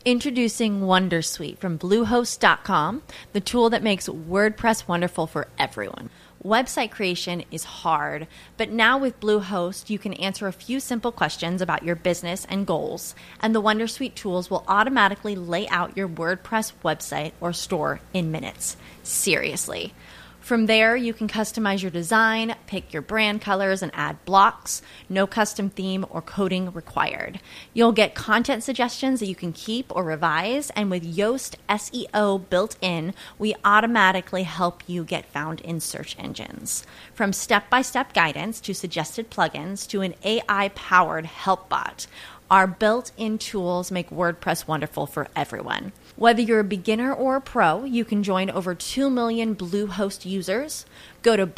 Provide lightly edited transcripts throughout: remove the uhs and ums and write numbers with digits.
Introducing Wondersuite from Bluehost.com, the tool that makes WordPress wonderful for everyone. Website creation is hard, but now with Bluehost, you can answer a few simple questions about your business and goals, and the Wondersuite tools will automatically lay out your WordPress website or store in minutes. Seriously. From there, you can customize your design, pick your brand colors, and add blocks. No custom theme or coding required. You'll get content suggestions that you can keep or revise, and with Yoast SEO built in, we automatically help you get found in search engines. From step-by-step guidance to suggested plugins to an AI-powered help bot, our built-in tools make WordPress wonderful for everyone. Whether you're a beginner or a pro, you can join over 2 million Bluehost users. Go to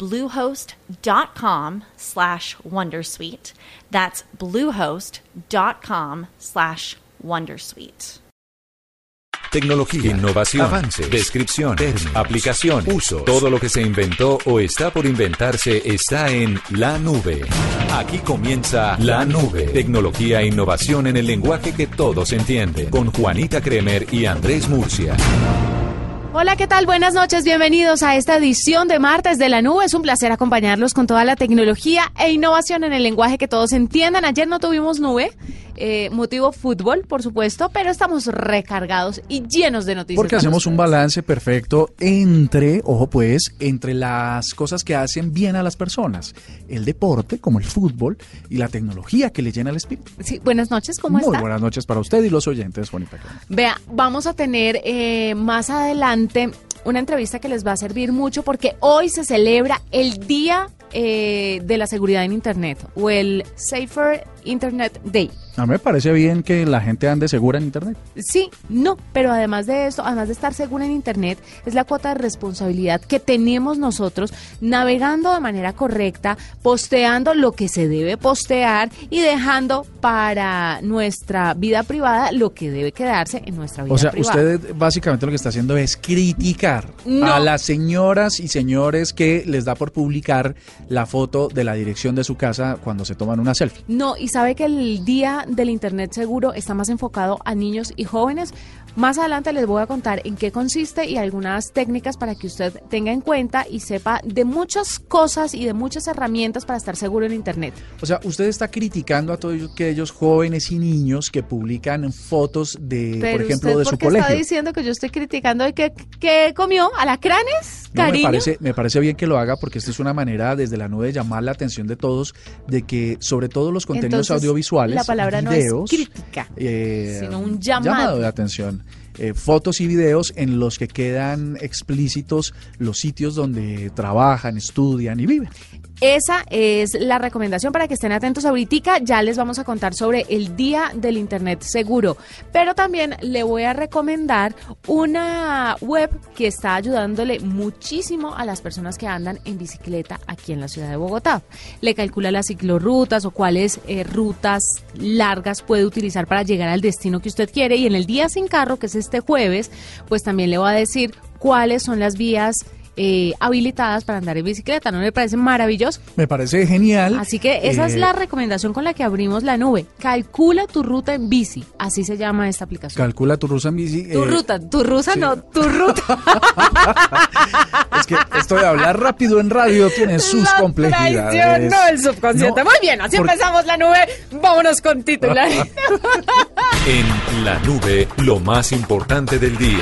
bluehost.com/wondersuite. That's bluehost.com/wondersuite. Tecnología, innovación, avance, descripción, términos, aplicación, uso. Todo lo que se inventó o está por inventarse está en la nube. Aquí comienza La Nube. Tecnología e innovación en el lenguaje que todos entienden. Con Juanita Kremer y Andrés Murcia. Hola, ¿qué tal? Buenas noches, bienvenidos a esta edición de Martes de la Nube. Es un placer acompañarlos con toda la tecnología e innovación en el lenguaje que todos entiendan. Ayer no tuvimos nube, motivo fútbol, por supuesto, pero estamos recargados y llenos de noticias. Porque hacemos un balance perfecto entre, ojo pues, entre las cosas que hacen bien a las personas. El deporte, como el fútbol, y la tecnología que le llena el espíritu. Sí, buenas noches, ¿cómo está? Muy buenas noches para usted y los oyentes, Juanita. Vea, vamos a tener más adelante una entrevista que les va a servir mucho porque hoy se celebra el Día de la Seguridad en Internet o el Safer Internet Day. A mí me parece bien que la gente ande segura en Internet. Sí, no, pero además de esto, además de estar segura en Internet, es la cuota de responsabilidad que tenemos nosotros navegando de manera correcta, posteando lo que se debe postear y dejando para nuestra vida privada lo que debe quedarse en nuestra vida privada. O sea, usted básicamente lo que está haciendo es criticar a las señoras y señores que les da por publicar la foto de la dirección de su casa cuando se toman una selfie. No, y sabe que el Día del Internet Seguro está más enfocado a niños y jóvenes. Más adelante les voy a contar en qué consiste y algunas técnicas para que usted tenga en cuenta y sepa de muchas cosas y de muchas herramientas para estar seguro en Internet. O sea, usted está criticando a todos aquellos jóvenes y niños que publican fotos de, por ejemplo, de su colegio. ¿Por qué está diciendo que yo estoy criticando de que comió alacranes, cariño? No, me parece bien que lo haga porque esta es una manera desde la nube de llamar la atención de todos de que sobre todo los contenidos audiovisuales, la palabra videos, no es crítica, sino un llamado de atención. Fotos y videos en los que quedan explícitos los sitios donde trabajan, estudian y viven. Esa es la recomendación para que estén atentos ahorita. Ya les vamos a contar sobre el Día del Internet Seguro, pero también le voy a recomendar una web que está ayudándole muchísimo a las personas que andan en bicicleta aquí en la ciudad de Bogotá. Le calcula las ciclorrutas o cuáles rutas largas puede utilizar para llegar al destino que usted quiere, y en el Día Sin Carro, que es este jueves, pues también le voy a decir cuáles son las vías habilitadas para andar en bicicleta. ¿No le parece maravilloso? Me parece genial. Así que esa es la recomendación con la que abrimos la nube. Calcula tu ruta en bici. Así se llama esta aplicación. Calcula tu ruta en bici. Tu ruta, tu ruta, sí. No, tu ruta. Es que esto de hablar rápido en radio tiene sus complejidades. No, el subconsciente. No, muy bien, así empezamos la nube. Vámonos con titulares. En la nube, lo más importante del día.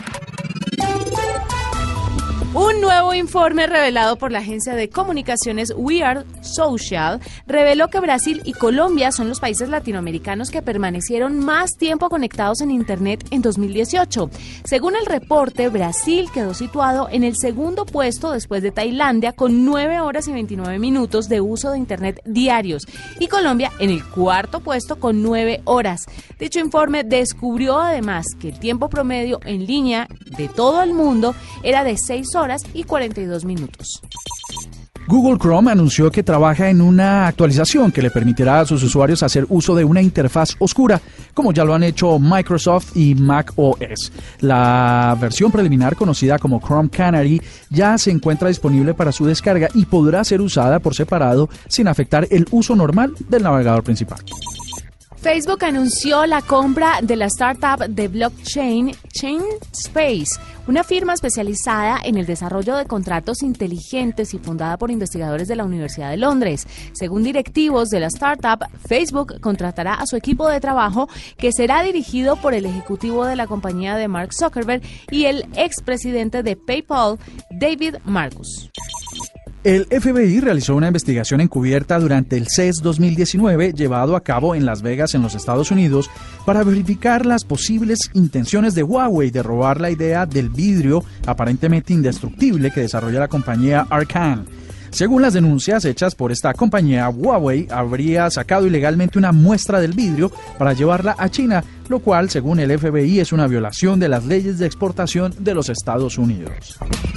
Un nuevo informe revelado por la agencia de comunicaciones We Are Social reveló que Brasil y Colombia son los países latinoamericanos que permanecieron más tiempo conectados en Internet en 2018. Según el reporte, Brasil quedó situado en el segundo puesto después de Tailandia con 9 horas y 29 minutos de uso de Internet diarios y Colombia en el cuarto puesto con 9 horas. Dicho informe descubrió además que el tiempo promedio en línea de todo el mundo era de 6 horas y 42 minutos. Google Chrome anunció que trabaja en una actualización que le permitirá a sus usuarios hacer uso de una interfaz oscura, como ya lo han hecho Microsoft y Mac OS. La versión preliminar, conocida como Chrome Canary, ya se encuentra disponible para su descarga y podrá ser usada por separado sin afectar el uso normal del navegador principal. Facebook anunció la compra de la startup de blockchain ChainSpace, una firma especializada en el desarrollo de contratos inteligentes y fundada por investigadores de la Universidad de Londres. Según directivos de la startup, Facebook contratará a su equipo de trabajo, que será dirigido por el ejecutivo de la compañía de Mark Zuckerberg y el expresidente de PayPal, David Marcus. El FBI realizó una investigación encubierta durante el CES 2019 llevado a cabo en Las Vegas, en los Estados Unidos, para verificar las posibles intenciones de Huawei de robar la idea del vidrio aparentemente indestructible que desarrolla la compañía Arcan. Según las denuncias hechas por esta compañía, Huawei habría sacado ilegalmente una muestra del vidrio para llevarla a China, lo cual, según el FBI, es una violación de las leyes de exportación de los Estados Unidos.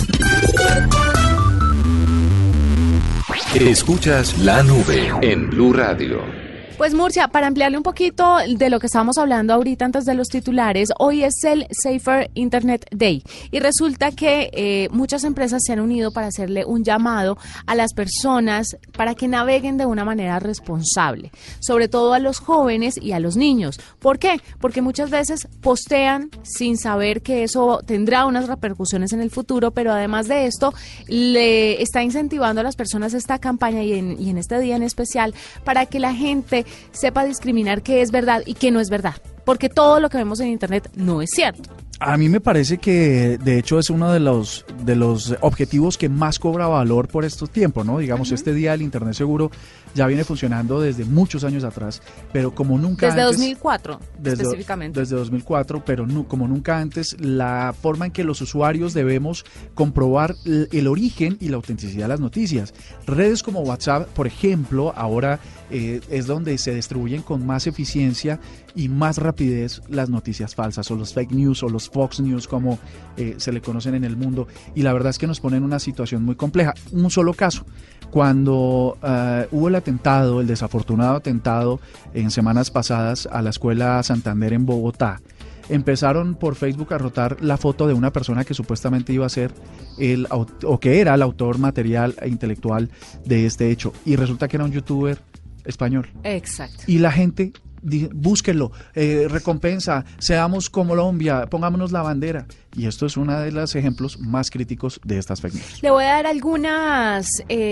Escuchas La Nube en Blue Radio. Pues Murcia, para ampliarle un poquito de lo que estábamos hablando ahorita antes de los titulares, hoy es el Safer Internet Day y resulta que muchas empresas se han unido para hacerle un llamado a las personas para que naveguen de una manera responsable, sobre todo a los jóvenes y a los niños. ¿Por qué? Porque muchas veces postean sin saber que eso tendrá unas repercusiones en el futuro, pero además de esto le está incentivando a las personas esta campaña y en este día en especial para que la gente sepa discriminar qué es verdad y qué no es verdad, porque todo lo que vemos en Internet no es cierto. A mí me parece que de hecho es uno de los objetivos que más cobra valor por estos tiempos, ¿no? Digamos, Este día del Internet seguro ya viene funcionando desde muchos años atrás, pero como nunca desde antes... 2004, específicamente. Desde 2004, pero como nunca antes, la forma en que los usuarios debemos comprobar el origen y la autenticidad de las noticias. Redes como WhatsApp, por ejemplo, ahora es donde se distribuyen con más eficiencia y más rapidez las noticias falsas, o los fake news, o los Fox News, como se le conocen en el mundo, y la verdad es que nos ponen en una situación muy compleja. Un solo caso, cuando hubo el desafortunado atentado en semanas pasadas a la Escuela Santander en Bogotá, empezaron por Facebook a rotar la foto de una persona que supuestamente iba a ser que era el autor material e intelectual de este hecho, y resulta que era un youtuber español. Exacto. Y la gente... búsquenlo, recompensa, seamos Colombia, pongámonos la bandera. Y esto es uno de los ejemplos más críticos de estas fake news. Le voy a dar algunas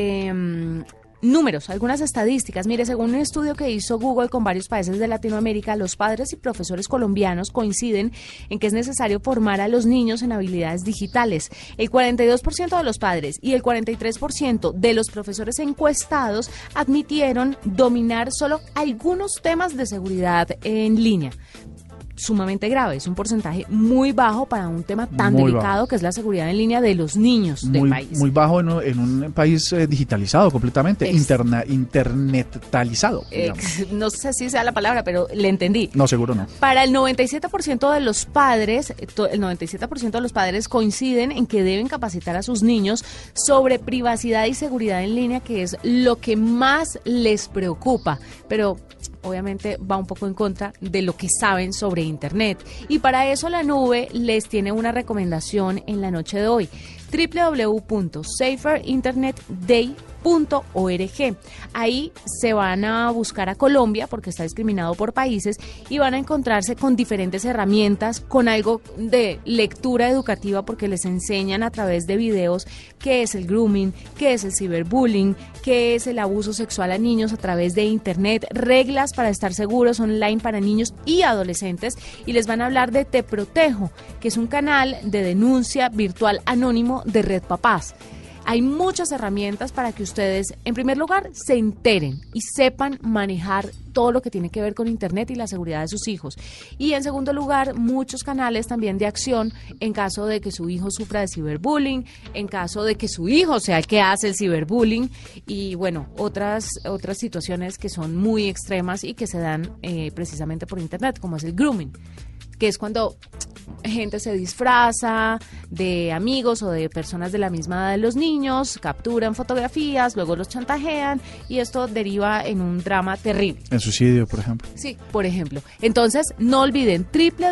números, algunas estadísticas. Mire, según un estudio que hizo Google con varios países de Latinoamérica, los padres y profesores colombianos coinciden en que es necesario formar a los niños en habilidades digitales. El 42% de los padres y el 43% de los profesores encuestados admitieron dominar solo algunos temas de seguridad en línea. Sumamente grave, es un porcentaje muy bajo para un tema tan muy delicado bajo, que es la seguridad en línea de los niños del país. Muy bajo en un país digitalizado completamente, internetalizado. No sé si sea la palabra, pero le entendí. No, seguro no. Para el 97% de los padres, el 97% de los padres coinciden en que deben capacitar a sus niños sobre privacidad y seguridad en línea, que es lo que más les preocupa, pero obviamente va un poco en contra de lo que saben sobre Internet. Y para eso la nube les tiene una recomendación en la noche de hoy: www.saferinternetday.org. Ahí se van a buscar a Colombia, porque está discriminado por países, y van a encontrarse con diferentes herramientas, con algo de lectura educativa, porque les enseñan a través de videos qué es el grooming, qué es el ciberbullying, qué es el abuso sexual a niños a través de Internet, reglas para estar seguros online para niños y adolescentes, y les van a hablar de Te Protejo, que es un canal de denuncia virtual anónimo de Red Papás. Hay muchas herramientas para que ustedes, en primer lugar, se enteren y sepan manejar todo lo que tiene que ver con Internet y la seguridad de sus hijos. Y en segundo lugar, muchos canales también de acción en caso de que su hijo sufra de ciberbullying, en caso de que su hijo sea el que hace el ciberbullying, y bueno, otras situaciones que son muy extremas y que se dan precisamente por Internet, como es el grooming, que es cuando gente se disfraza de amigos o de personas de la misma edad de los niños, capturan fotografías, luego los chantajean, y esto deriva en un drama terrible. En suicidio, por ejemplo. Sí, por ejemplo. Entonces, no olviden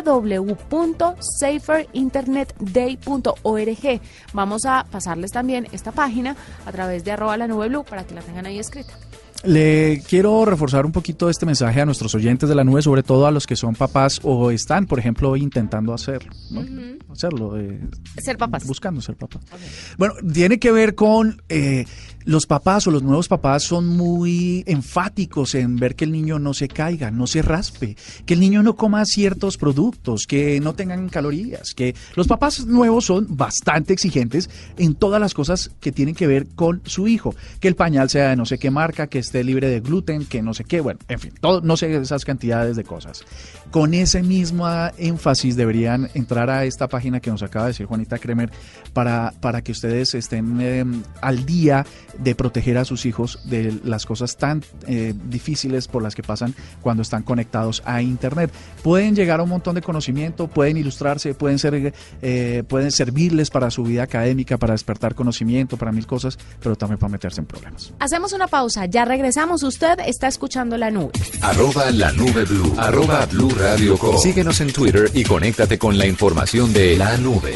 www.saferinternetday.org. Vamos a pasarles también esta página a través de @lanubeblu para que la tengan ahí escrita. Le quiero reforzar un poquito este mensaje a nuestros oyentes de la nube, sobre todo a los que son papás o están, por ejemplo, intentando hacerlo, ¿no? Hacerlo. Ser papás. Buscando ser papás. Okay. Bueno, tiene que ver con los papás o los nuevos papás son muy enfáticos en ver que el niño no se caiga, no se raspe, que el niño no coma ciertos productos, que no tengan calorías, que los papás nuevos son bastante exigentes en todas las cosas que tienen que ver con su hijo, que el pañal sea de no sé qué marca, que esté libre de gluten, que no sé qué, bueno, en fin, todo, no sé esas cantidades de cosas. Con ese mismo énfasis deberían entrar a esta página que nos acaba de decir Juanita Kremer para que ustedes estén al día de proteger a sus hijos de las cosas tan difíciles por las que pasan cuando están conectados a Internet. Pueden llegar a un montón de conocimiento, pueden ilustrarse, pueden servirles para su vida académica, para despertar conocimiento, para mil cosas, pero también para meterse en problemas. Hacemos una pausa, ya regresamos. Usted está escuchando La Nube. @lanubeblu, @Blue Radio Co. Síguenos en Twitter y conéctate con la información de La Nube.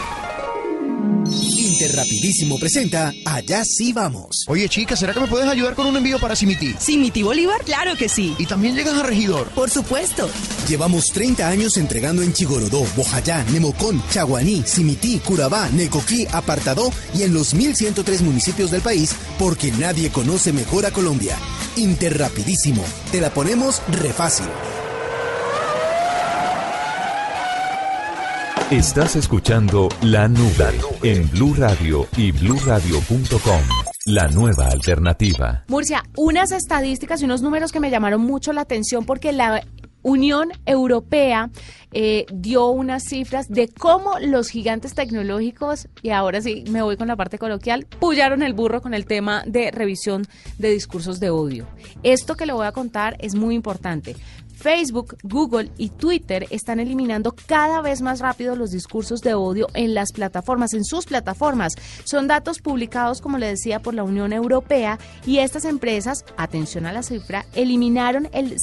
Interrapidísimo presenta Allá sí vamos. Oye, chica, ¿será que me puedes ayudar con un envío para Simití? ¿Simití Bolívar? Claro que sí. ¿Y también llegas a Regidor? Por supuesto. Llevamos 30 años entregando en Chigorodó, Bojayá, Nemocón, Chaguaní, Simití, Curabá, Necoquí, Apartadó y en los 1103 municipios del país, porque nadie conoce mejor a Colombia. Interrapidísimo. Te la ponemos re fácil. Estás escuchando La Nube en Blue Radio y BlueRadio.com. La nueva alternativa. Murcia, unas estadísticas y unos números que me llamaron mucho la atención porque la Unión Europea dio unas cifras de cómo los gigantes tecnológicos, y ahora sí me voy con la parte coloquial, pullaron el burro con el tema de revisión de discursos de odio. Esto que le voy a contar es muy importante. Facebook, Google y Twitter están eliminando cada vez más rápido los discursos de odio en las plataformas, en sus plataformas. Son datos publicados, como le decía, por la Unión Europea, y estas empresas, atención a la cifra, eliminaron el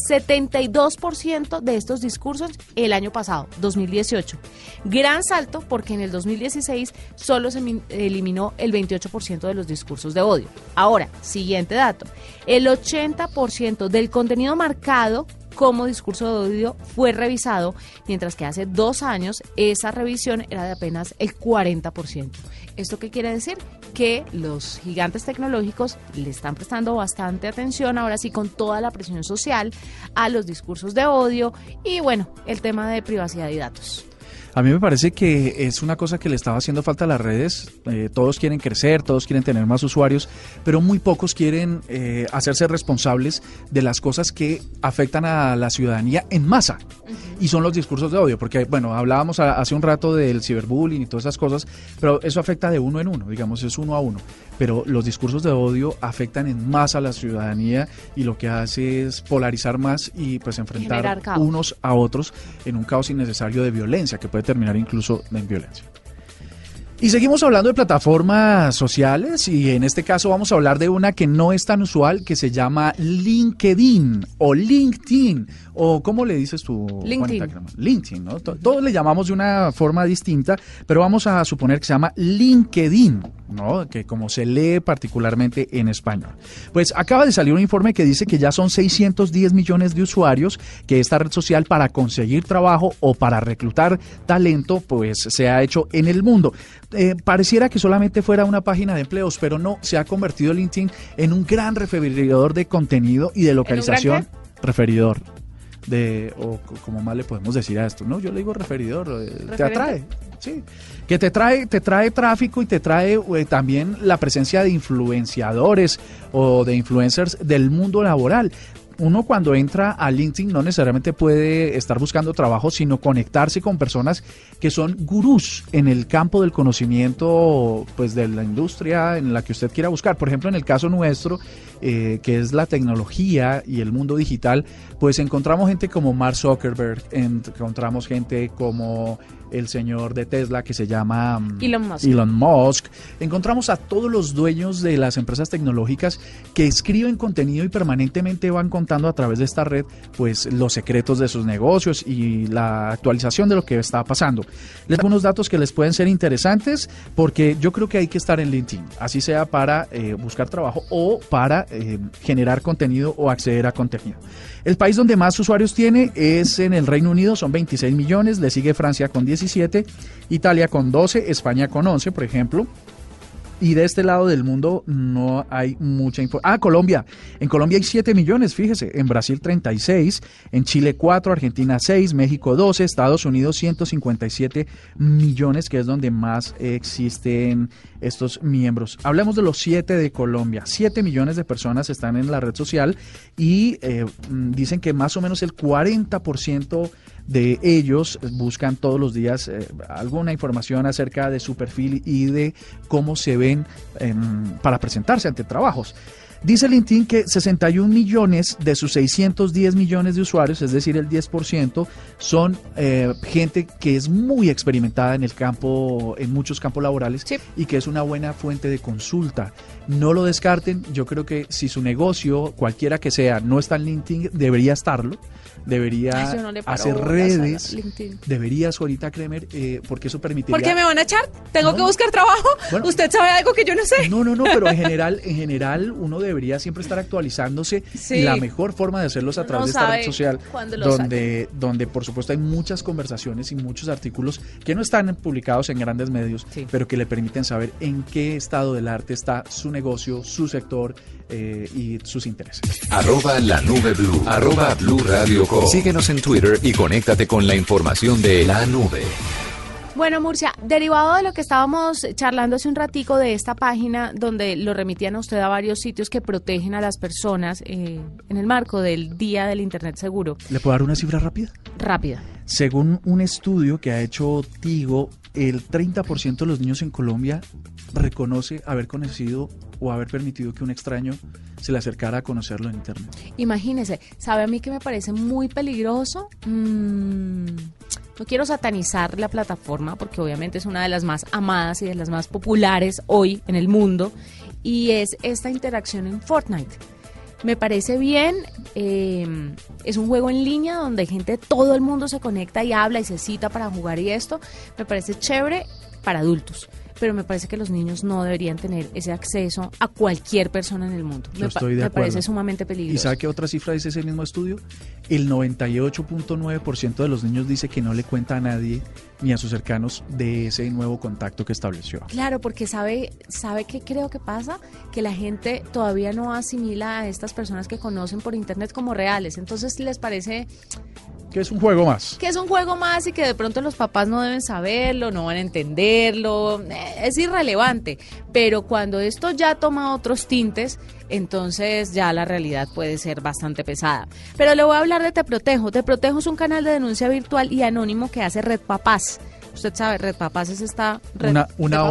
72% de estos discursos el año pasado, 2018. Gran salto porque en el 2016 solo se eliminó el 28% de los discursos de odio. Ahora, siguiente dato, el 80% del contenido marcado como discurso de odio fue revisado, mientras que hace 2 años esa revisión era de apenas el 40%. ¿Esto qué quiere decir? Que los gigantes tecnológicos le están prestando bastante atención, ahora sí, con toda la presión social, a los discursos de odio y, bueno, el tema de privacidad y datos. A mí me parece que es una cosa que le estaba haciendo falta a las redes. Todos quieren crecer, todos quieren tener más usuarios, pero muy pocos quieren hacerse responsables de las cosas que afectan a la ciudadanía en masa. Y son los discursos de odio, porque, bueno, hablábamos hace un rato del ciberbullying y todas esas cosas, pero eso afecta de uno en uno, digamos, es uno a uno. Pero los discursos de odio afectan en masa a la ciudadanía y lo que hace es polarizar más y pues enfrentar unos a otros en un caos innecesario de violencia que puede terminar incluso en violencia. Y seguimos hablando de plataformas sociales y en este caso vamos a hablar de una que no es tan usual, que se llama LinkedIn o LinkedIn o ¿cómo le dices tú? LinkedIn, ¿no? Todos le llamamos de una forma distinta, pero vamos a suponer que se llama LinkedIn, ¿no? Que como se lee particularmente en español. Pues acaba de salir un informe que dice que ya son 610 millones de usuarios que esta red social para conseguir trabajo o para reclutar talento pues se ha hecho en el mundo. Pareciera que solamente fuera una página de empleos, pero no, se ha convertido LinkedIn en un gran referidor de contenido y de localización. Referidor. O como más le podemos decir a esto, ¿no? Yo le digo referidor, te atrae, sí, que te trae tráfico y te trae también la presencia de influenciadores o de influencers del mundo laboral. Uno cuando entra a LinkedIn no necesariamente puede estar buscando trabajo, sino conectarse con personas que son gurús en el campo del conocimiento, pues de la industria en la que usted quiera buscar. Por ejemplo, en el caso nuestro, que es la tecnología y el mundo digital, pues encontramos gente como Mark Zuckerberg, encontramos gente como el señor de Tesla que se llama Elon Musk. Encontramos a todos los dueños de las empresas tecnológicas que escriben contenido y permanentemente van contando a través de esta red pues los secretos de sus negocios y la actualización de lo que está pasando. Les doy unos datos que les pueden ser interesantes porque yo creo que hay que estar en LinkedIn, así sea para buscar trabajo o para generar contenido o acceder a contenido. El país donde más usuarios tiene es en el Reino Unido, son 26 millones, le sigue Francia con 17, Italia con 12, España con 11, por ejemplo. Y de este lado del mundo no hay mucha información. Colombia. En Colombia hay 7 millones, fíjese. En Brasil 36, en Chile 4, Argentina 6, México 12, Estados Unidos 157 millones, que es donde más existen estos miembros. Hablemos de los 7 de Colombia. 7 millones de personas están en la red social y dicen que más o menos el 40% de ellos buscan todos los días alguna información acerca de su perfil y de cómo se ven para presentarse ante trabajos. Dice LinkedIn que 61 millones de sus 610 millones de usuarios, es decir, el 10%, son gente que es muy experimentada en el campo, en muchos campos laborales, sí, y que es una buena fuente de consulta. No lo descarten, yo creo que si su negocio, cualquiera que sea, no está en LinkedIn, debería estarlo. Debería hacer redes, deberías ahorita, Kremer, porque eso permitiría... ¿Por qué me van a echar? ¿Tengo que buscar trabajo? Bueno, ¿usted sabe algo que yo no sé? No, pero en general uno debería siempre estar actualizándose, sí, y la mejor forma de hacerlo es a través de esta red social, donde por supuesto hay muchas conversaciones y muchos artículos que no están publicados en grandes medios, sí, pero que le permiten saber en qué estado del arte está su negocio, su sector y sus intereses. @lanubeblu, @Blue Radio Co. Síguenos en Twitter y conéctate con la información de La Nube. Bueno, Murcia, derivado de lo que estábamos charlando hace un ratico de esta página donde lo remitían a usted a varios sitios que protegen a las personas en el marco del Día del Internet Seguro. ¿Le puedo dar una cifra rápida? Rápida. Según un estudio que ha hecho Tigo, el 30% de los niños en Colombia reconoce haber conocido o haber permitido que un extraño se le acercara a conocerlo en Internet. Imagínese, ¿sabe a mí que me parece muy peligroso? No quiero satanizar la plataforma porque obviamente es una de las más amadas y de las más populares hoy en el mundo, y es esta interacción en Fortnite. Me parece bien, es un juego en línea donde todo el mundo se conecta y habla y se cita para jugar, y esto me parece chévere para adultos, pero me parece que los niños no deberían tener ese acceso a cualquier persona en el mundo. Yo estoy de acuerdo. Me parece sumamente peligroso. ¿Y sabe qué otra cifra dice ese mismo estudio? El 98.9% de los niños dice que no le cuenta a nadie ni a sus cercanos de ese nuevo contacto que estableció. Claro, porque sabe qué creo que pasa, que la gente todavía no asimila a estas personas que conocen por internet como reales, entonces les parece que es un juego más. Que es un juego más y que de pronto los papás no deben saberlo, no van a entenderlo, es irrelevante, pero cuando esto ya toma otros tintes, entonces ya la realidad puede ser bastante pesada. Pero le voy a hablar de Te Protejo. Te Protejo es un canal de denuncia virtual y anónimo que hace Red Papás. Usted sabe, Red Papás es esta red una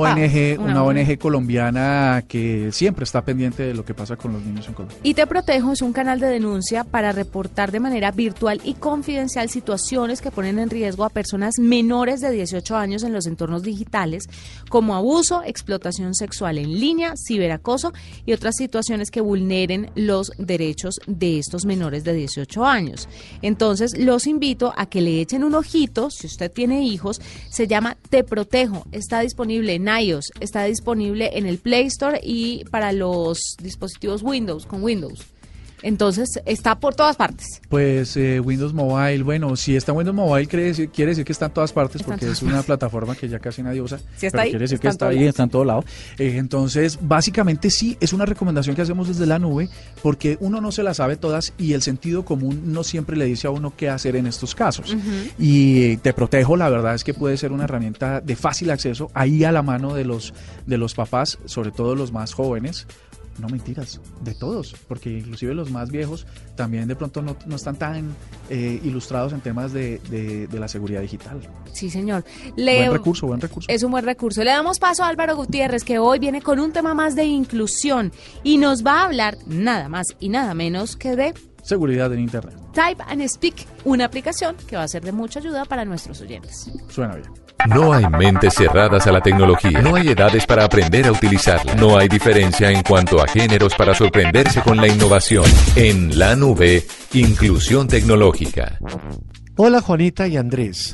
ONG colombiana que siempre está pendiente de lo que pasa con los niños en Colombia. Y Te Protejo es un canal de denuncia para reportar de manera virtual y confidencial situaciones que ponen en riesgo a personas menores de 18 años en los entornos digitales, como abuso, explotación sexual en línea, ciberacoso y otras situaciones que vulneren los derechos de estos menores de 18 años. Entonces, los invito a que le echen un ojito, si usted tiene hijos. Se llama Te Protejo, está disponible en iOS, está disponible en el Play Store y para los dispositivos Windows, con Windows. Entonces, está por todas partes. Pues Windows Mobile, bueno, si está en Windows Mobile quiere decir que está en todas partes, porque es una plataforma que ya casi nadie usa. Si está ahí, quiere decir que está ahí, está en todo lado. Entonces, básicamente sí, es una recomendación que hacemos desde la nube, porque uno no se la sabe todas y el sentido común no siempre le dice a uno qué hacer en estos casos. Uh-huh. Y Te Protejo, la verdad es que puede ser una herramienta de fácil acceso, ahí a la mano de los papás, sobre todo los más jóvenes. No, mentiras, de todos, porque inclusive los más viejos también de pronto no están tan ilustrados en temas de la seguridad digital. Sí, señor. Buen recurso. Es un buen recurso. Le damos paso a Álvaro Gutiérrez, que hoy viene con un tema más de inclusión y nos va a hablar nada más y nada menos que de seguridad en Internet. Type and Speak, una aplicación que va a ser de mucha ayuda para nuestros oyentes. Suena bien. No hay mentes cerradas a la tecnología. No hay edades para aprender a utilizarla. No hay diferencia en cuanto a géneros para sorprenderse con la innovación. En La Nube, Inclusión Tecnológica. Hola Juanita y Andrés.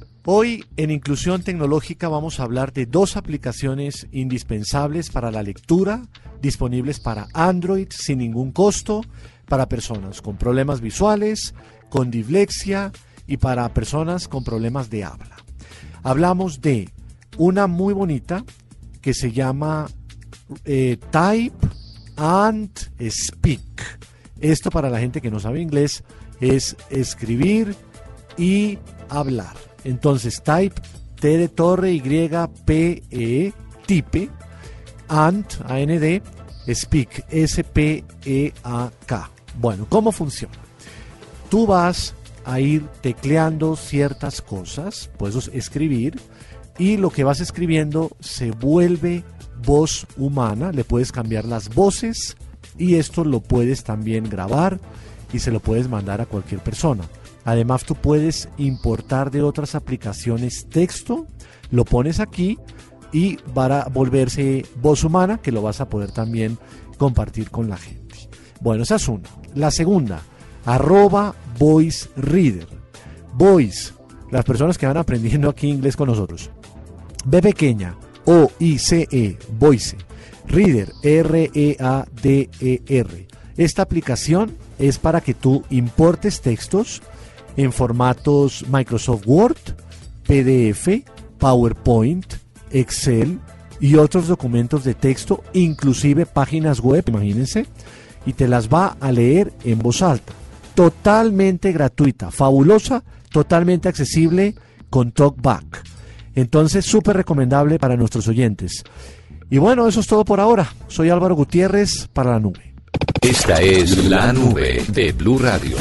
Hoy en Inclusión Tecnológica vamos a hablar de dos aplicaciones indispensables para la lectura, disponibles para Android sin ningún costo, para personas con problemas visuales, con dislexia y para personas con problemas de habla. Hablamos de una muy bonita que se llama Type and Speak. Esto para la gente que no sabe inglés es escribir y hablar. Entonces Type, T de torre, Y, P, E, type, and, A-N-D, Speak, S-P-E-A-K. Bueno, ¿cómo funciona? Tú vas a ir tecleando ciertas cosas, puedes escribir, y lo que vas escribiendo se vuelve voz humana, le puedes cambiar las voces y esto lo puedes también grabar y se lo puedes mandar a cualquier persona. Además tú puedes importar de otras aplicaciones texto, lo pones aquí y va a volverse voz humana que lo vas a poder también compartir con la gente. Bueno, esa es una. La segunda, @VoiceReader. Voice, las personas que van aprendiendo aquí inglés con nosotros. B pequeña, O-I-C-E, Voice. Reader, R-E-A-D-E-R. Esta aplicación es para que tú importes textos en formatos Microsoft Word, PDF, PowerPoint, Excel y otros documentos de texto, inclusive páginas web, imagínense, y te las va a leer en voz alta. Totalmente gratuita, fabulosa, totalmente accesible con TalkBack. Entonces, súper recomendable para nuestros oyentes. Y bueno, eso es todo por ahora. Soy Álvaro Gutiérrez para La Nube. Esta es La Nube de Blue Radio.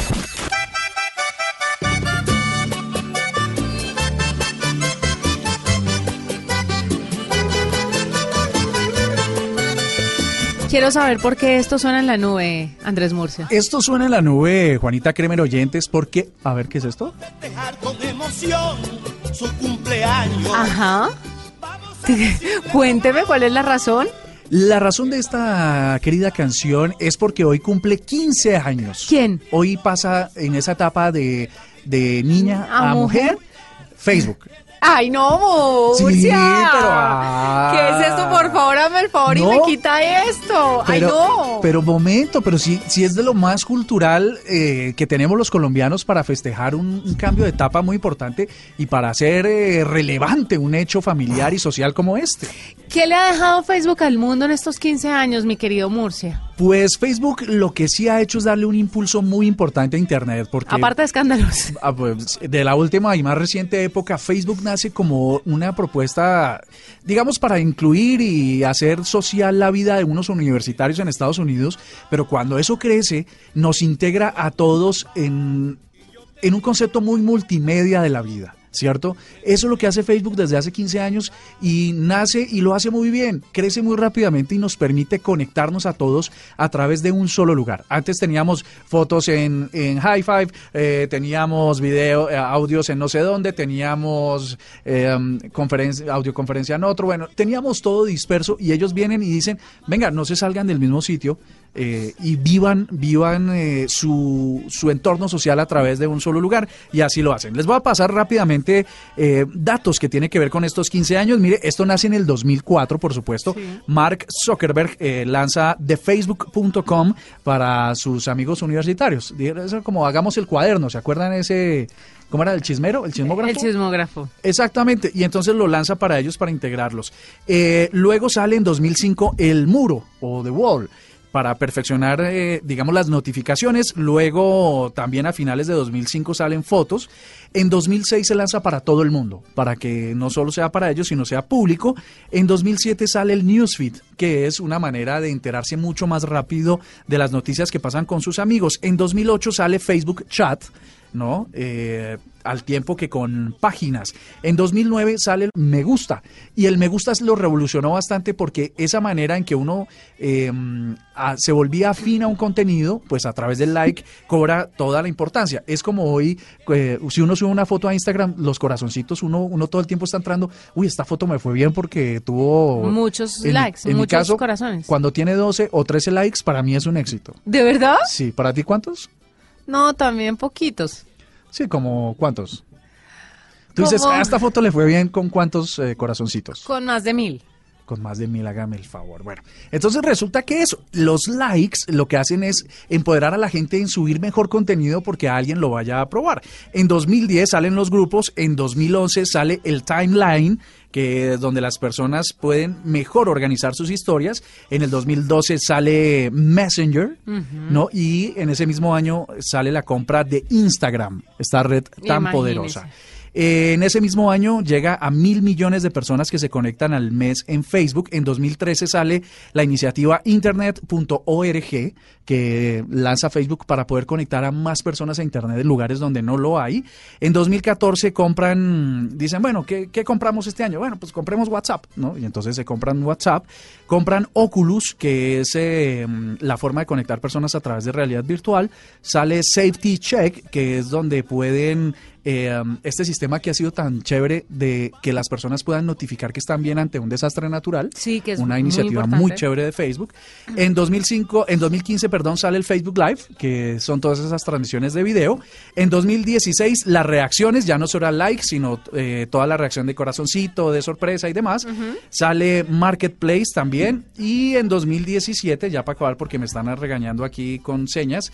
Quiero saber por qué esto suena en la nube, Andrés Murcia. Esto suena en la nube, Juanita Kremer oyentes, porque... A ver, ¿qué es esto? Festejar con emoción su cumpleaños. Ajá. Cuénteme, ¿cuál es la razón? La razón de esta querida canción es porque hoy cumple 15 años. ¿Quién? Hoy pasa en esa etapa de niña a mujer, Facebook. ¡Ay, no, Murcia! Sí, pero... ¿Qué es esto? Por favor, hazme el favor y me quita esto. ¡Ay, no! Pero momento, pero sí es de lo más cultural que tenemos los colombianos para festejar un cambio de etapa muy importante y para hacer relevante un hecho familiar y social como este. ¿Qué le ha dejado Facebook al mundo en estos 15 años, mi querido Murcia? Pues Facebook lo que sí ha hecho es darle un impulso muy importante a Internet. Porque, aparte de escándalos. Pues, de la última y más reciente época, Facebook nace como una propuesta, digamos, para incluir y hacer social la vida de unos universitarios en Estados Unidos, pero cuando eso crece, nos integra a todos en un concepto muy multimedia de la vida. ¿Cierto? Eso es lo que hace Facebook desde hace 15 años y nace y lo hace muy bien, crece muy rápidamente y nos permite conectarnos a todos a través de un solo lugar. Antes teníamos fotos en High Five, teníamos audios en no sé dónde, teníamos audioconferencia en otro, bueno, teníamos todo disperso y ellos vienen y dicen, venga, no se salgan del mismo sitio y vivan su entorno social a través de un solo lugar y así lo hacen. Les voy a pasar rápidamente datos que tienen que ver con estos 15 años. Mire, esto nace en el 2004, por supuesto. Sí. Mark Zuckerberg lanza thefacebook.com para sus amigos universitarios. Eso como hagamos el cuaderno, ¿se acuerdan ese... ¿Cómo era? ¿El chismero? ¿El chismógrafo? El chismógrafo. Exactamente, y entonces lo lanza para ellos, para integrarlos. Luego sale en 2005 el muro, o The Wall, para perfeccionar, digamos, las notificaciones. Luego, también a finales de 2005 salen fotos. En 2006 se lanza para todo el mundo, para que no solo sea para ellos, sino sea público. En 2007 sale el Newsfeed, que es una manera de enterarse mucho más rápido de las noticias que pasan con sus amigos. En 2008 sale Facebook Chat, ¿no? Al tiempo que con páginas. En 2009 sale el me gusta y el me gusta lo revolucionó bastante porque esa manera en que uno se volvía afín a un contenido, pues a través del like cobra toda la importancia. Es como hoy, si uno sube una foto a Instagram, los corazoncitos, uno todo el tiempo está entrando, uy, esta foto me fue bien porque tuvo muchos likes, en muchos mi caso, corazones. Cuando tiene 12 o 13 likes, para mí es un éxito. ¿De verdad? Sí, ¿para ti cuántos? No, también poquitos. Sí, como ¿cuántos? Tú dices, a esta foto le fue bien con cuántos corazoncitos. Con más de 1000. con más de 1000, hágame el favor. Bueno, entonces resulta que eso, los likes lo que hacen es empoderar a la gente en subir mejor contenido porque alguien lo vaya a probar. En 2010 salen los grupos, en 2011 sale el timeline, que es donde las personas pueden mejor organizar sus historias. En el 2012 sale Messenger, ¿no? Y en ese mismo año sale la compra de Instagram, esta red tan poderosa. En ese mismo año llega a 1.000 millones de personas que se conectan al mes en Facebook. En 2013 sale la iniciativa Internet.org, que lanza Facebook para poder conectar a más personas a Internet en lugares donde no lo hay. En 2014 dicen, bueno, ¿qué compramos este año? Bueno, pues compremos WhatsApp, ¿no? Y entonces se compran WhatsApp, compran Oculus, que es la forma de conectar personas a través de realidad virtual. Sale Safety Check, que es donde pueden... este sistema que ha sido tan chévere de que las personas puedan notificar que están bien ante un desastre natural. Sí, que es una iniciativa muy chévere de Facebook. En 2015, sale el Facebook Live, que son todas esas transmisiones de video. En 2016, las reacciones, ya no será like, sino toda la reacción de corazoncito, de sorpresa y demás. Sale Marketplace también. Y en 2017, ya para acabar porque me están regañando aquí con señas,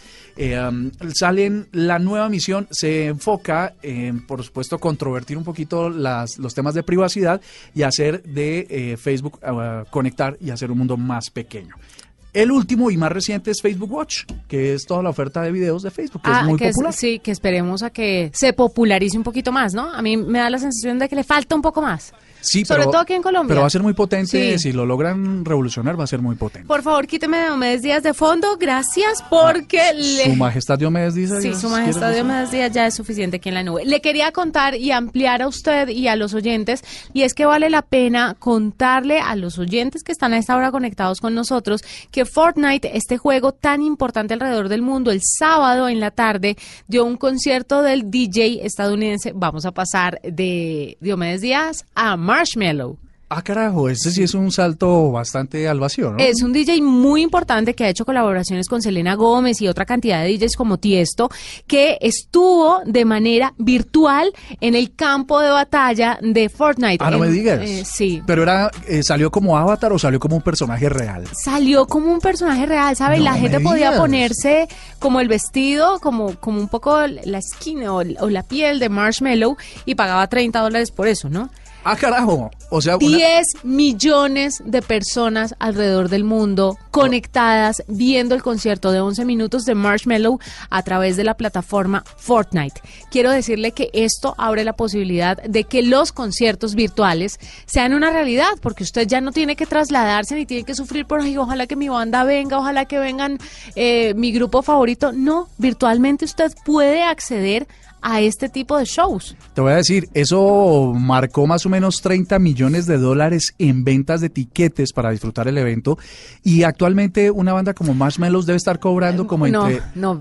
salen la nueva misión, se enfoca por supuesto, controvertir un poquito los temas de privacidad y hacer de Facebook conectar y hacer un mundo más pequeño. El último y más reciente es Facebook Watch, que es toda la oferta de videos de Facebook, que es muy popular. Sí, que esperemos a que se popularice un poquito más, ¿no? A mí me da la sensación de que le falta un poco más. Sí, sobre todo aquí en Colombia. Pero va a ser muy potente, si lo logran revolucionar, va a ser muy potente. Por favor, quíteme Diomedes Díaz de fondo, gracias, porque... Su majestad Diomedes Díaz. Sí, su majestad Diomedes Díaz ya es suficiente aquí en la nube. Le quería contar y ampliar a usted y a los oyentes, y es que vale la pena contarle a los oyentes que están a esta hora conectados con nosotros, que Fortnite, este juego tan importante alrededor del mundo, el sábado en la tarde dio un concierto del DJ estadounidense. Vamos a pasar de Diomedes Díaz a Marshmello. Ah, carajo, ese sí es un salto bastante al vacío, ¿no? Es un DJ muy importante que ha hecho colaboraciones con Selena Gómez y otra cantidad de DJs como Tiesto, que estuvo de manera virtual en el campo de batalla de Fortnite. Ah, no me digas. Sí. Pero ¿salió como avatar o salió como un personaje real? Salió como un personaje real, ¿sabes? No la gente podía digas. ponerse como el vestido, como un poco la skin o la piel de Marshmello y pagaba $30 por eso, ¿no? Ah, carajo. O sea, 10 millones de personas alrededor del mundo conectadas viendo el concierto de 11 minutos de Marshmello a través de la plataforma Fortnite. Quiero decirle que esto abre la posibilidad de que los conciertos virtuales sean una realidad, porque usted ya no tiene que trasladarse ni tiene que sufrir por ahí, ojalá que mi banda venga, ojalá que vengan mi grupo favorito. No, virtualmente usted puede acceder a este tipo de shows. Te voy a decir, eso marcó más o menos $30 millones en ventas de tiquetes para disfrutar el evento, y actualmente una banda como Marshmello debe estar cobrando como entre... No.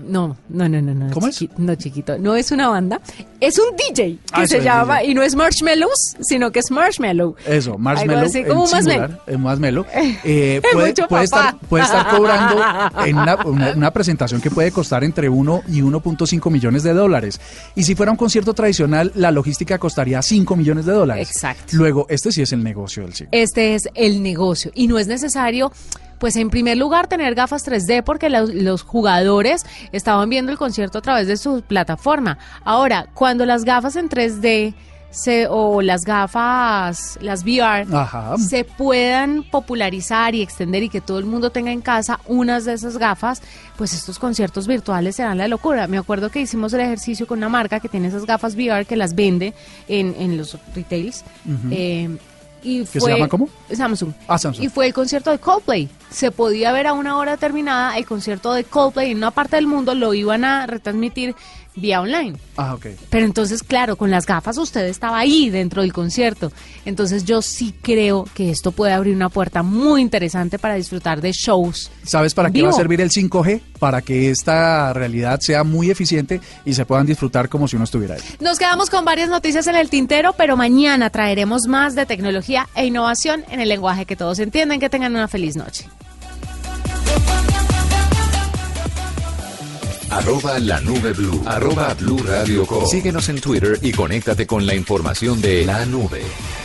¿Cómo es? No, chiquito, no es una banda, es un DJ que se llama, y no es Marshmellos, sino que es Marshmello. Eso, Marshmello, así como en singular, Marshmello. Puede estar cobrando en una presentación que puede costar entre 1 y 1.5 millones de dólares. Y si fuera un concierto tradicional, la logística costaría $5 millones. Exacto. Luego, este sí es el negocio del siglo. Este es el negocio. Y no es necesario, pues en primer lugar, tener gafas 3D, porque los jugadores estaban viendo el concierto a través de su plataforma. Ahora, cuando las gafas en 3D o las gafas, las VR, se puedan popularizar y extender y que todo el mundo tenga en casa unas de esas gafas, pues estos conciertos virtuales serán la locura. Me acuerdo que hicimos el ejercicio con una marca que tiene esas gafas VR que las vende en los retails. Y ¿Qué se llama cómo? Samsung. Samsung. Y fue el concierto de Coldplay. Se podía ver a una hora determinada el concierto de Coldplay en una parte del mundo, lo iban a retransmitir vía online. Ok. Pero entonces, claro, con las gafas usted estaba ahí dentro del concierto. Entonces yo sí creo que esto puede abrir una puerta muy interesante para disfrutar de shows. ¿Sabes para qué va a servir el 5G? Para que esta realidad sea muy eficiente y se puedan disfrutar como si uno estuviera ahí. Nos quedamos con varias noticias en el tintero, pero mañana traeremos más de tecnología e innovación en el lenguaje que todos entienden. Que tengan una feliz noche. @lanubeblu, @Blue Radio Co. Síguenos en Twitter y conéctate con la información de la nube.